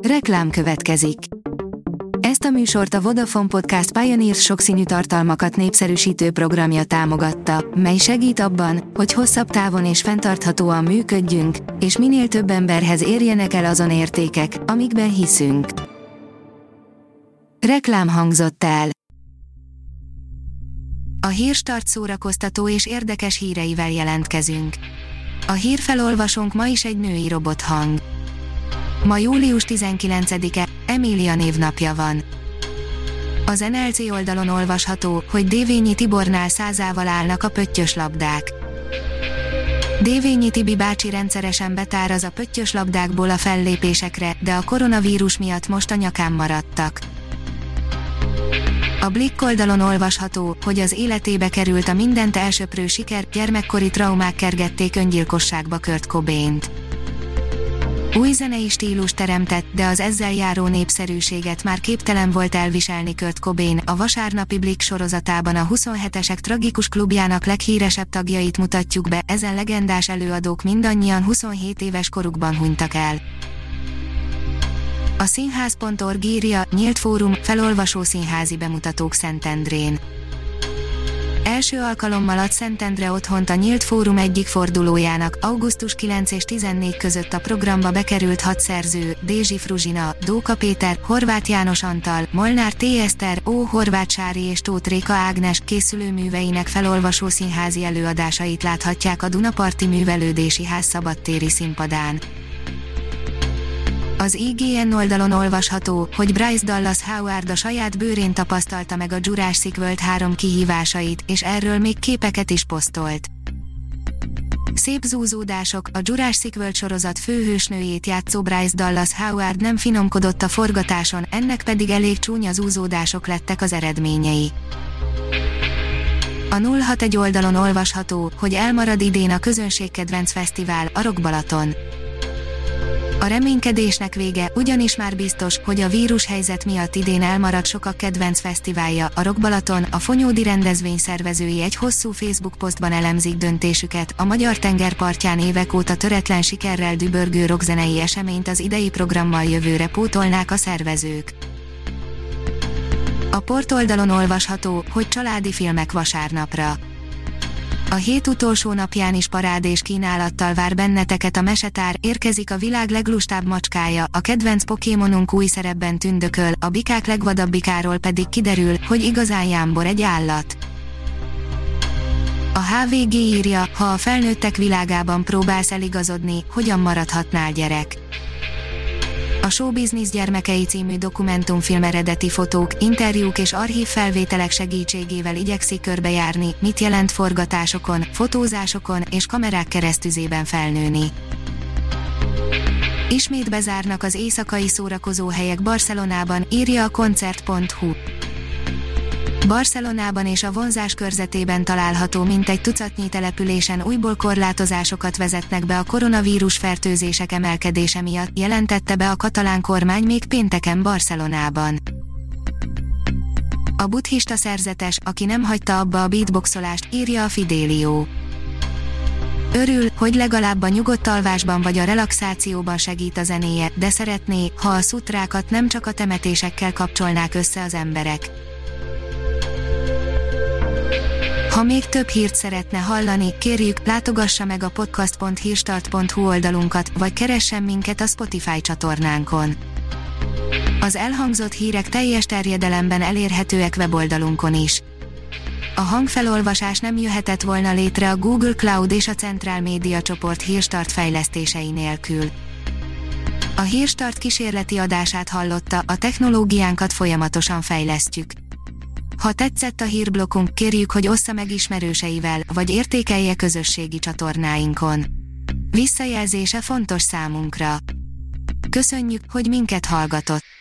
Reklám következik. Ezt a műsort a Vodafone Podcast Pioneers sokszínű tartalmakat népszerűsítő programja támogatta, mely segít abban, hogy hosszabb távon és fenntarthatóan működjünk, és minél több emberhez érjenek el azon értékek, amikben hiszünk. Reklám hangzott el. A Hírstart szórakoztató és érdekes híreivel jelentkezünk. A hírfelolvasónk ma is egy női robothang. Ma július 19-e, Emília névnapja van. Az NLC oldalon olvasható, hogy Dévényi Tibornál 100-ával állnak a pöttyös labdák. Dévényi Tibi bácsi rendszeresen betáraz a pöttyös labdákból a fellépésekre, de a koronavírus miatt most a nyakán maradtak. A Blick oldalon olvasható, hogy az életébe került a mindent elsöprő siker, gyermekkori traumák kergették öngyilkosságba Kurt Cobaint. Új zenei stílus teremtett, de az ezzel járó népszerűséget már képtelen volt elviselni Kurt Cobain. A vasárnapi Blick sorozatában a 27-esek tragikus klubjának leghíresebb tagjait mutatjuk be, ezen legendás előadók mindannyian 27 éves korukban hunytak el. A színház.org írja, nyílt fórum, felolvasó színházi bemutatók Szentendrén. Első alkalommal ad Szentendre otthont a nyílt fórum egyik fordulójának. Augusztus 9 és 14 között a programba bekerült 6 szerző, Dézsi Fruzsina, Dóka Péter, Horváth János Antal, Molnár T. Eszter, Ó. Horváth Sári és Tóth Réka Ágnes készülőműveinek felolvasó színházi előadásait láthatják a Dunaparti Művelődési Ház szabadtéri színpadán. Az IGN oldalon olvasható, hogy Bryce Dallas Howard a saját bőrén tapasztalta meg a Jurassic World 3 kihívásait, és erről még képeket is posztolt. Szép zúzódások, a Jurassic World sorozat főhősnőjét játszó Bryce Dallas Howard nem finomkodott a forgatáson, ennek pedig elég csúnya zúzódások lettek az eredményei. A 061 oldalon olvasható, hogy elmarad idén a közönségkedvenc fesztivál, a Rock Balaton. A reménykedésnek vége, ugyanis már biztos, hogy a vírushelyzet miatt idén elmarad sokak kedvenc fesztiválja, a Rock Balaton. A Fonyódi rendezvény szervezői egy hosszú Facebook posztban elemzik döntésüket, a magyar tengerpartján évek óta töretlen sikerrel dübörgő rockzenei eseményt az idei programmal jövőre pótolnák a szervezők. A Port oldalon olvasható, hogy családi filmek vasárnapra. A hét utolsó napján is parádés kínálattal vár benneteket a Mesetár, érkezik a világ leglustább macskája, a kedvenc Pokémonunk új szerepben tündököl, a bikák legvadabbikáról pedig kiderül, hogy igazán jámbor egy állat. A HVG írja, ha a felnőttek világában próbálsz eligazodni, hogyan maradhatnál gyerek. A Showbiznisz gyermekei című dokumentumfilm eredeti fotók, interjúk és archív felvételek segítségével igyekszik körbejárni, mit jelent forgatásokon, fotózásokon és kamerák keresztüzében felnőni. Ismét bezárnak az éjszakai szórakozóhelyek Barcelonában, írja a koncert.hu. Barcelonában és a vonzás körzetében található mintegy tucatnyi településen újból korlátozásokat vezetnek be a koronavírus fertőzések emelkedése miatt, jelentette be a katalán kormány még pénteken Barcelonában. A buddhista szerzetes, aki nem hagyta abba a beatboxolást, írja a Fidelio. Örül, hogy legalább a nyugodt alvásban vagy a relaxációban segít a zenéje, de szeretné, ha a szutrákat nem csak a temetésekkel kapcsolnák össze az emberek. Ha még több hírt szeretne hallani, kérjük, látogassa meg a podcast.hírstart.hu oldalunkat, vagy keressen minket a Spotify csatornánkon. Az elhangzott hírek teljes terjedelemben elérhetőek weboldalunkon is. A hangfelolvasás nem jöhetett volna létre a Google Cloud és a Centrál Média csoport Hírstart fejlesztései nélkül. A Hírstart kísérleti adását hallotta, a technológiánkat folyamatosan fejlesztjük. Ha tetszett a hírblokkunk, kérjük, hogy ossza meg ismerőseivel, vagy értékelje közösségi csatornáinkon. Visszajelzése fontos számunkra. Köszönjük, hogy minket hallgatott!